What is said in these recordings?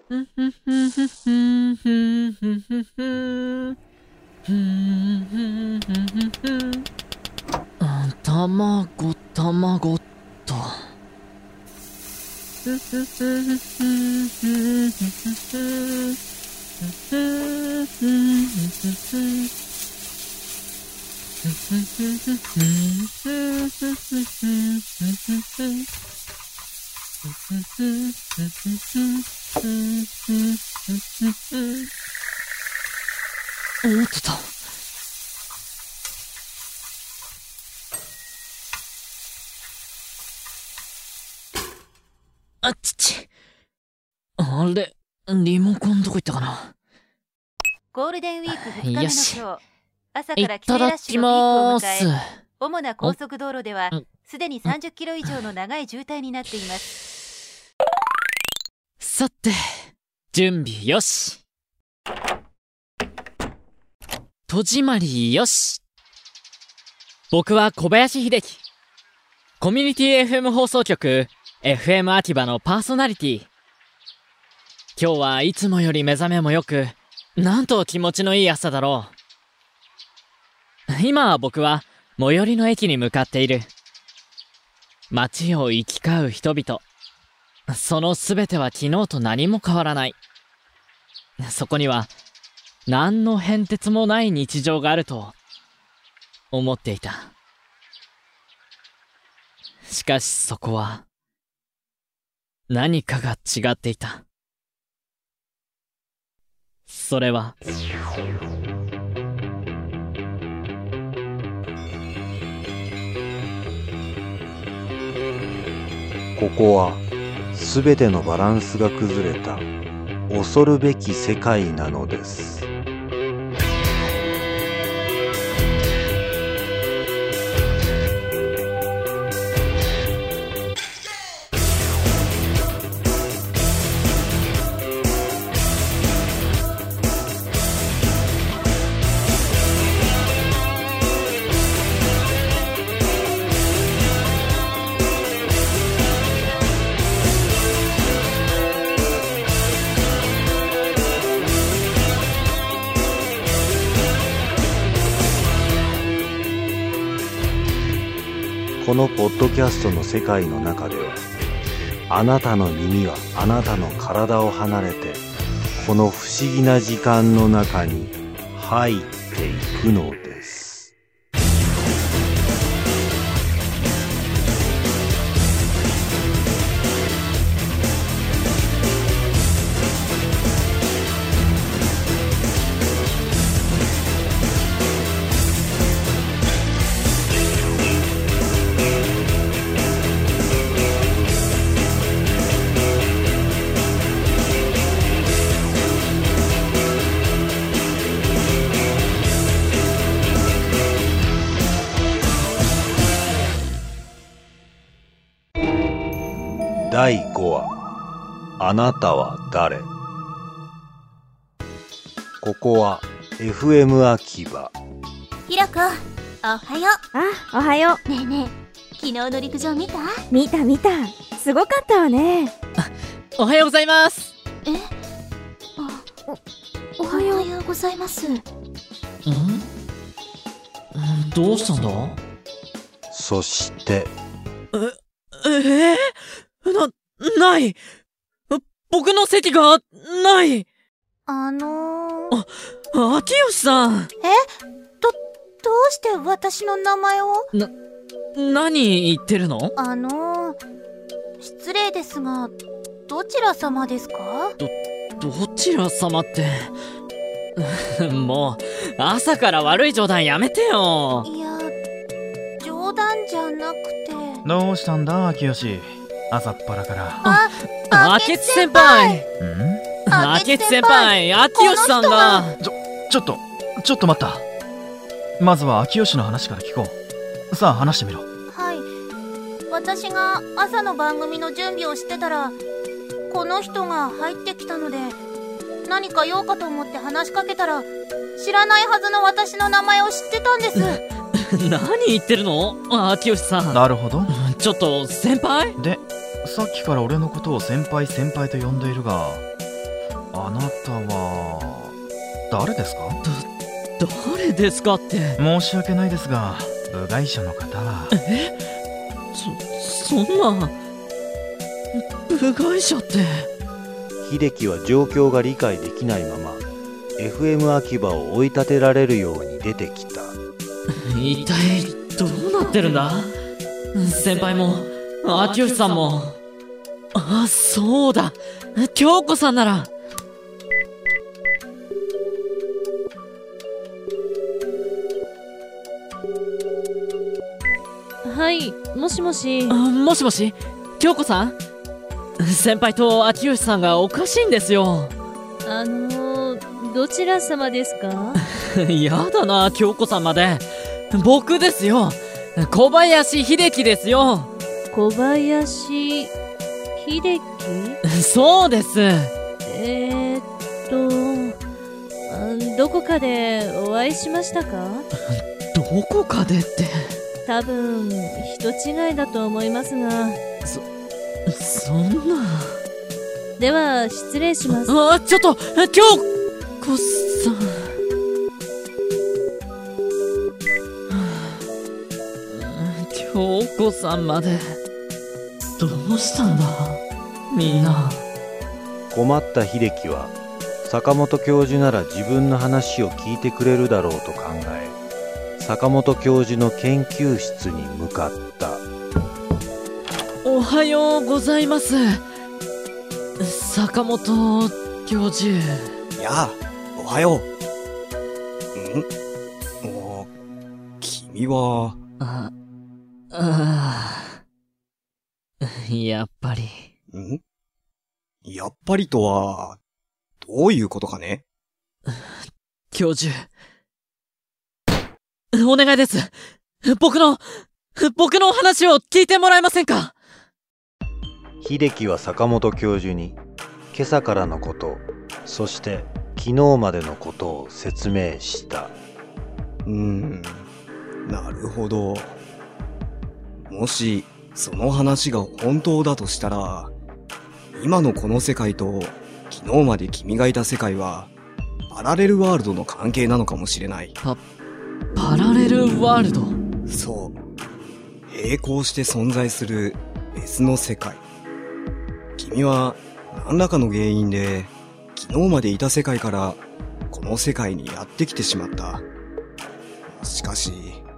卵っと。思ってた。あっち。あれ、リモコンどこ行ったかな。 ゴールデンウィーク2日目の今日、朝から帰いただき省ラッシュのまーす。 ピークを迎え、主な高速道路ではすでに30キロ以上の長い渋滞になっています。 さて、準備よし。戸締まりよし。僕は小林秀樹。コミュニティ FM 放送局 FM アティバのパーソナリティ。今日はいつもより目覚めもよく、なんと気持ちのいい朝だろう。今僕は最寄りの駅に向かっている。街を行き交う人々。そのすべては昨日と何も変わらない。そこには何の変哲もない日常があると思っていた。しかしそこは何かが違っていた。それはここはすべてのバランスが崩れた恐るべき世界なのです。このポッドキャストの世界の中では、あなたの耳はあなたの体を離れて、この不思議な時間の中に入っていくのです。第5話、あなたは誰？ここは FM 秋葉。 ひろこ、おはよあ、おはよう。ねえねえ、昨日の陸上見た？ 見た。すごかったわね。 おはようございます。 おはようございます。 どうしたんだ？ そしてない。僕の席がない。秋吉さん。 どうして私の名前を？ 何言ってるの？ 失礼ですが、どちら様ですか？ どちら様って。もう、朝から悪い冗談やめてよ。 いや、冗談じゃなくて。 どうしたんだ、秋吉。朝っぱらから。 明智先輩。明智先輩、秋吉さんが。 ちょっと待った。まずは秋吉の話から聞こう。さあ話してみろ。 はい。私が朝の番組の準備をしてたら、この人が入ってきたので、何か用かと思って話しかけたら、知らないはずの私の名前を知ってたんです。 何言ってるの？秋吉さん。 なるほど。 ちょっと先輩？ で、さっきから俺のことを先輩と呼んでいるが、 あなたは誰ですか？ 誰ですかって。 申し訳ないですが、部外者の方は。 そんな部外者って。 秀樹は状況が理解できないまま FM 秋葉を追い立てられるように出てきた。 一体どうなってるんだ？先輩も秋吉さんも。あ、そうだ、京子さんなら。 はい、もしもし。 もしもし、京子さん？先輩と秋吉さんがおかしいんですよ。 どちら様ですか？ やだな、京子さんまで。僕ですよ、小林秀樹ですよ。 小林秀樹？ そうです。 どこかでお会いしましたか？ どこかでって。 多分人違いだと思いますが。 そんな。 では失礼します。 ちょっと、京子さん。京子さんまで。どうしたんだみんな。 困った秀樹は坂本教授なら自分の話を聞いてくれるだろうと考え、坂本教授の研究室に向かった。 おはようございます、坂本教授。 やあ、おはよう。君は。 やっぱり。 やっぱりとは、どういうことかね？ 教授。お願いです。僕の話を聞いてもらえませんか？ 秀樹は坂本教授に今朝からのこと、そして昨日までのことを説明した。 なるほど。もしその話が本当だとしたら、今のこの世界と昨日まで君がいた世界はパラレルワールドの関係なのかもしれない。 パラレルワールド？ そう。並行して存在する別の世界。君は何らかの原因で昨日までいた世界からこの世界にやってきてしまった。しかし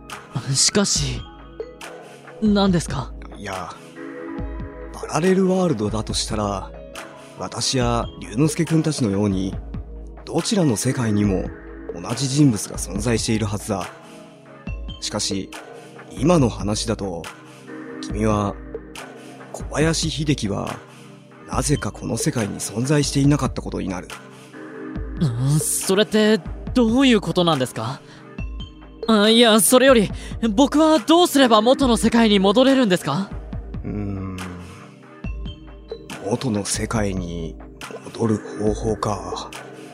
何ですか？ いや、パラレルワールドだとしたら、私や龍之介くんたちのようにどちらの世界にも同じ人物が存在しているはずだ。しかし今の話だと、君は小林秀樹はなぜかこの世界に存在していなかったことになる。 それってどういうことなんですか？いや、それより僕はどうすれば元の世界に戻れるんですか？ 元の世界に戻る方法か。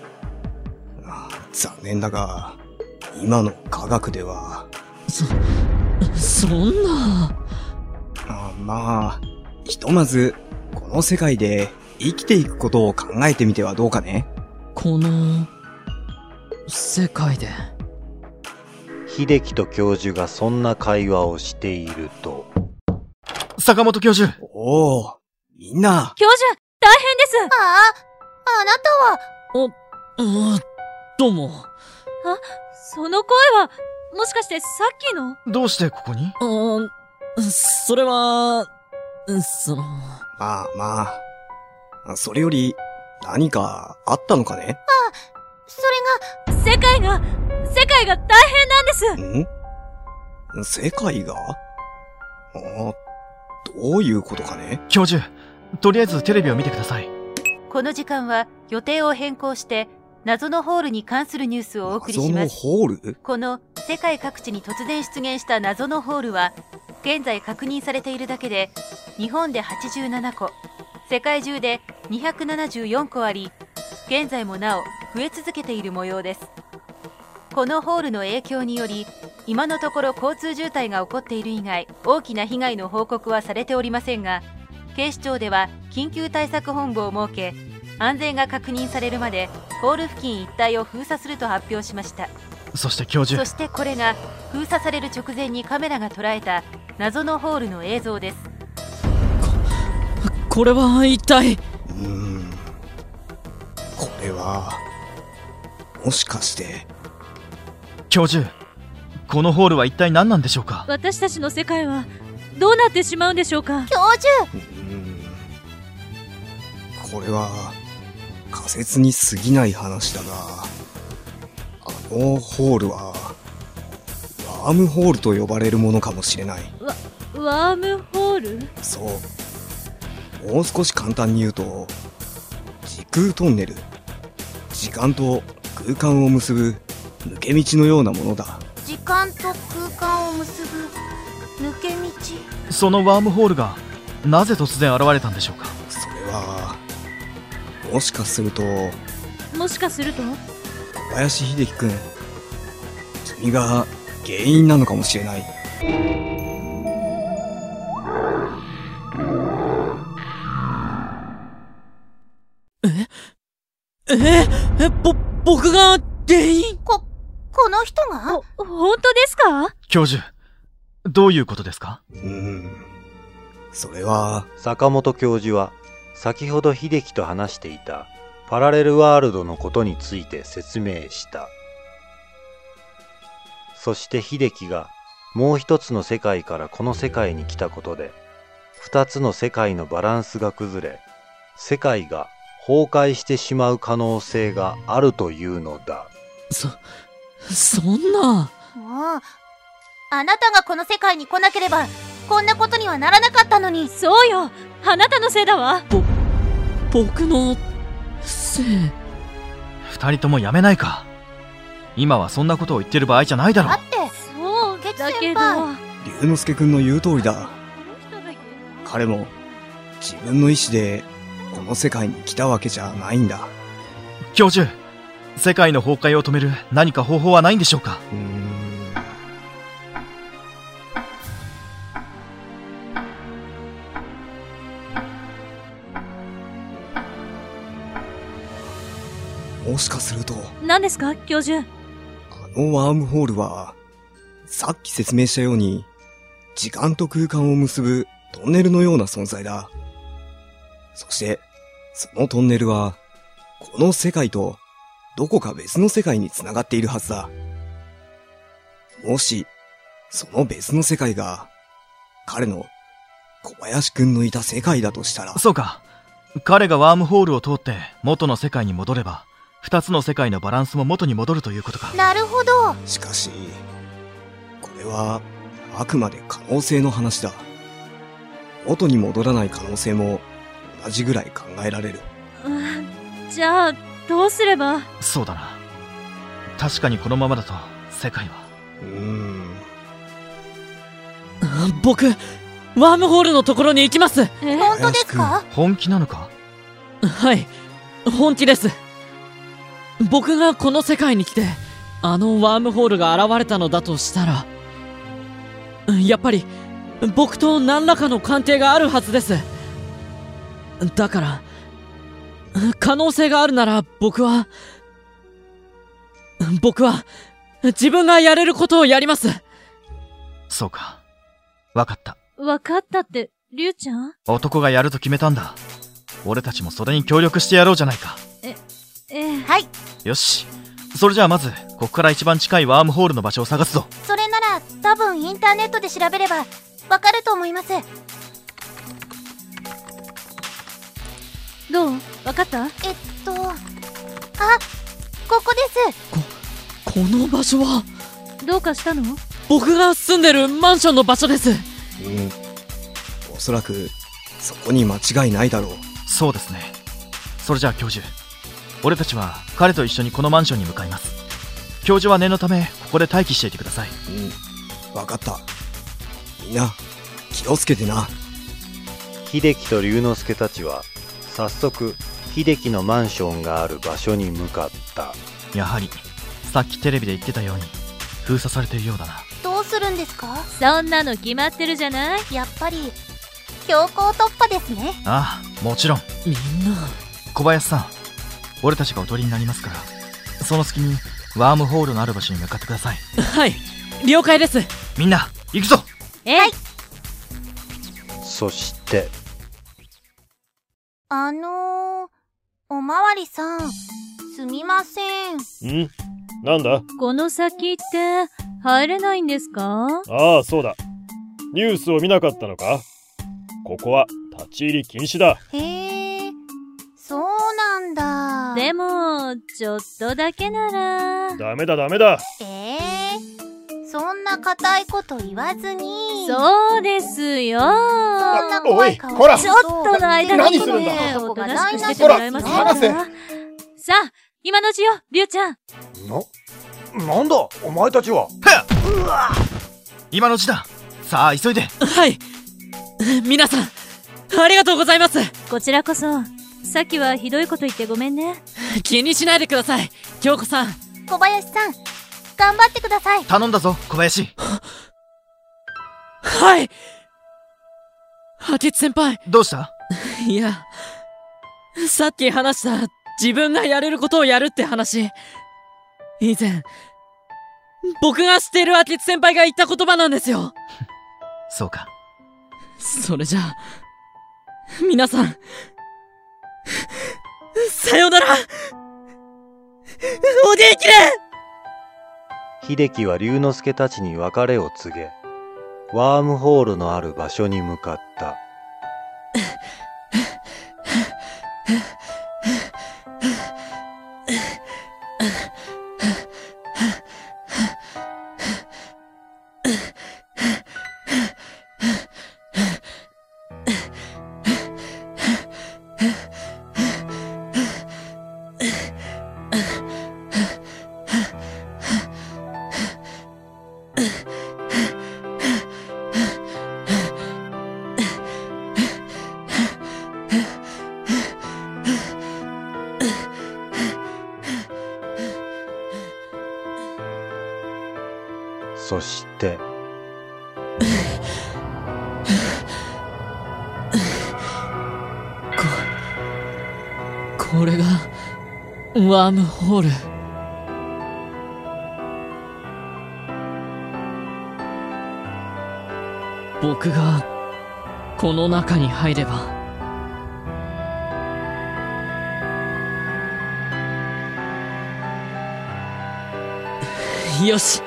残念だが今の科学では。 そんな。 まあ、ひとまずこの世界で生きていくことを考えてみてはどうかね。 この世界で。 秀樹と教授がそんな会話をしていると、 坂本教授。 おお、みんな。 教授、大変です。 あなたは。 どうも。 その声は、もしかしてさっきの？ どうしてここに？ それは、 まあ、それより何かあったのかね？ それが。 世界が大変なんです。 世界が？どういうことかね？ 教授、とりあえずテレビを見てください。 この時間は予定を変更して謎のホールに関するニュースをお送りします。 謎のホール？ この世界各地に突然出現した謎のホールは現在確認されているだけで日本で87個、世界中で274個あり、現在もなお増え続けている模様です。このホールの影響により今のところ交通渋滞が起こっている以外大きな被害の報告はされておりませんが、警視庁では緊急対策本部を設け、 安全が確認されるまでホール付近一帯を封鎖すると発表しました。 そして教授、 そしてこれが封鎖される直前にカメラが捉えた謎のホールの映像です。 これは一体。 これはもしかして。 教授、このホールは一体何なんでしょうか？ 私たちの世界はどうなってしまうんでしょうか？ 教授、 これは仮説に過ぎない話だが、あのホールはワームホールと呼ばれるものかもしれない。 ワームホール？ そう、もう少し簡単に言うと時空トンネル、時間と空間を結ぶ抜け道のようなものだ。 時間と空間を結ぶ抜け道。 そのワームホールがなぜ突然現れたんでしょうか？ それはもしかすると小林秀樹君、君が原因なのかもしれない。 僕が原因？ この人が？ 本当ですか？ 教授、どういうことですか？ それは坂本教授は先ほど秀樹と話していたパラレルワールドのことについて説明した。そして秀樹がもう一つの世界からこの世界に来たことで、二つの世界のバランスが崩れ、世界が崩壊してしまう可能性があるというのだ。 そんな。 もう、あなたがこの世界に来なければこんなことにはならなかったのに。 そうよ、あなたのせいだわ。 僕のせい。 二人ともやめないか。今はそんなことを言ってる場合じゃないだろう。 だってそうだけど、 龍之介くんの言う通りだ。彼も自分の意志でこの世界に来たわけじゃないんだ。 教授、世界の崩壊を止める何か方法はないんでしょうか？ もしかすると。 何ですか、教授？ あのワームホールはさっき説明したように時間と空間を結ぶトンネルのような存在だ。そしてそのトンネルはこの世界とどこか別の世界に繋がっているはずだ。もしその別の世界が彼の小林くんのいた世界だとしたら。 そうか、彼がワームホールを通って元の世界に戻れば二つの世界のバランスも元に戻るということか。 なるほど。 しかしこれはあくまで可能性の話だ。元に戻らない可能性も同じぐらい考えられる。 じゃあどうすれば。 そうだな、確かにこのままだと世界は。 僕ワームホールのところに行きます。 本当ですか？ 本気なのか？ はい、本気です。僕がこの世界に来てあのワームホールが現れたのだとしたら、やっぱり僕と何らかの関係があるはずです。だから可能性があるなら僕は自分がやれることをやります。 そうか、わかった。 わかったって、リュウちゃん？ 男がやると決めたんだ。俺たちもそれに協力してやろうじゃないか。 はい。 よし、それじゃあまずここから一番近いワームホールの場所を探すぞ。 それなら多分インターネットで調べればわかると思います。 どう？わかった？ あ、ここです。 この場所はどうかしたの？ 僕が住んでるマンションの場所です。 おそらくそこに間違いないだろう。 そうですね。それじゃあ教授、俺たちは彼と一緒にこのマンションに向かいます。教授は念のためここで待機していてください。 わかった。みんな気をつけてな。 秀樹と龍之介たちは早速秀樹のマンションがある場所に向かった。 やはりさっきテレビで言ってたように封鎖されているようだな。 どうするんですか？ そんなの決まってるじゃない。 やっぱり強行突破ですね。 ああ、もちろん。 みんな小林さん、俺たちがおとりになりますから、その隙にワームホールのある場所に向かってください。 はい、了解です。 みんな行くぞ。 はい。 そしておまわりさん、すみません。 なんだ？ この先って入れないんですか？ ああ、そうだ。ニュースを見なかったのか？ここは立ち入り禁止だ。 へえ、そうなんだ。 でも、ちょっとだけなら。 ダメだ。 そんな固いこと言わずに。 そうですよ。そんな怖い顔。 ちょっとの間に何するんだ。 おとなしくしててもらえませんか？さあ、今のうちよ、リュウちゃん。 なんだお前たちは。 今のうちだ。さあ急いで。 はい、皆さんありがとうございます。 こちらこそ、さっきはひどいこと言ってごめんね。 気にしないでください、京子さん。 小林さん、頑張ってください。 頼んだぞ、小林。 はい。明智先輩。 どうした？ いや、さっき話した自分がやれることをやるって話、以前僕が知っている明智先輩が言った言葉なんですよ。 そうか。 それじゃあ皆さん、さよなら。お元気で。 秀樹は龍之介たちに別れを告げ、ワームホールのある場所に向かった。そしてこれがワームホール。僕がこの中に入れば、よし。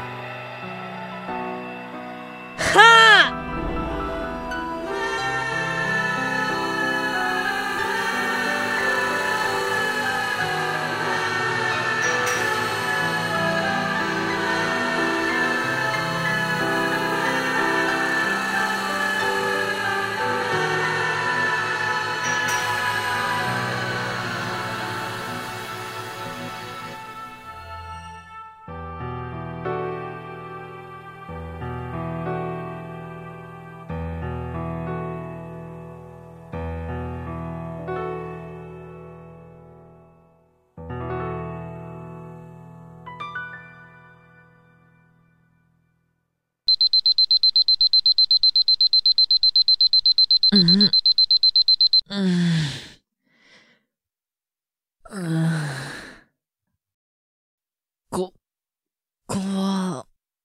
ここは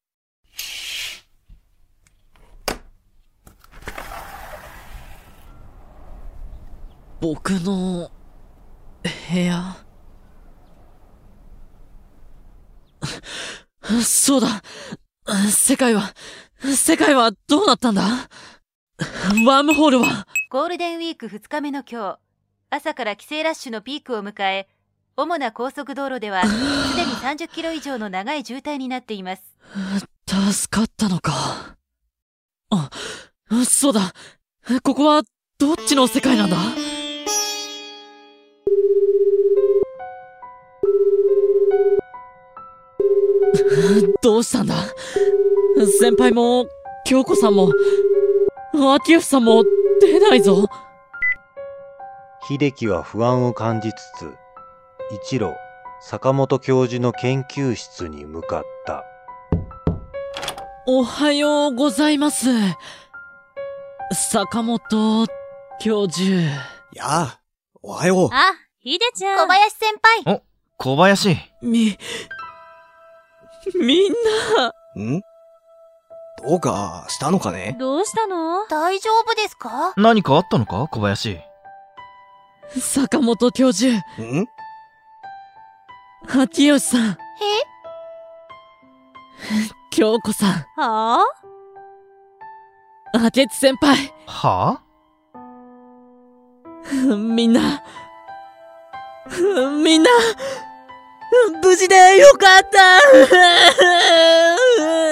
僕の部屋。そうだ。世界はどうなったんだ？ワームホールは。 ゴールデンウィーク2日目の今日、朝から帰省ラッシュのピークを迎え、主な高速道路ではすでに30キロ以上の長い渋滞になっています。 助かったのか。あ、そうだ。ここはどっちの世界なんだ？どうしたんだ？先輩も京子さんも秋吉さんも出ないぞ。 秀樹は不安を感じつつ、一路坂本教授の研究室に向かった。 おはようございます、坂本教授。 やあ、 おはよう。 あ、ひでちゃん。 小林先輩。 お、小林。 みんな。 ん？どうかしたのかね？ どうしたの？ 大丈夫ですか？ 何かあったのか小林。 坂本教授。 ん？ 秋吉さん。京子さん。 はぁ？ 明智先輩。 はみんな、無事でよかった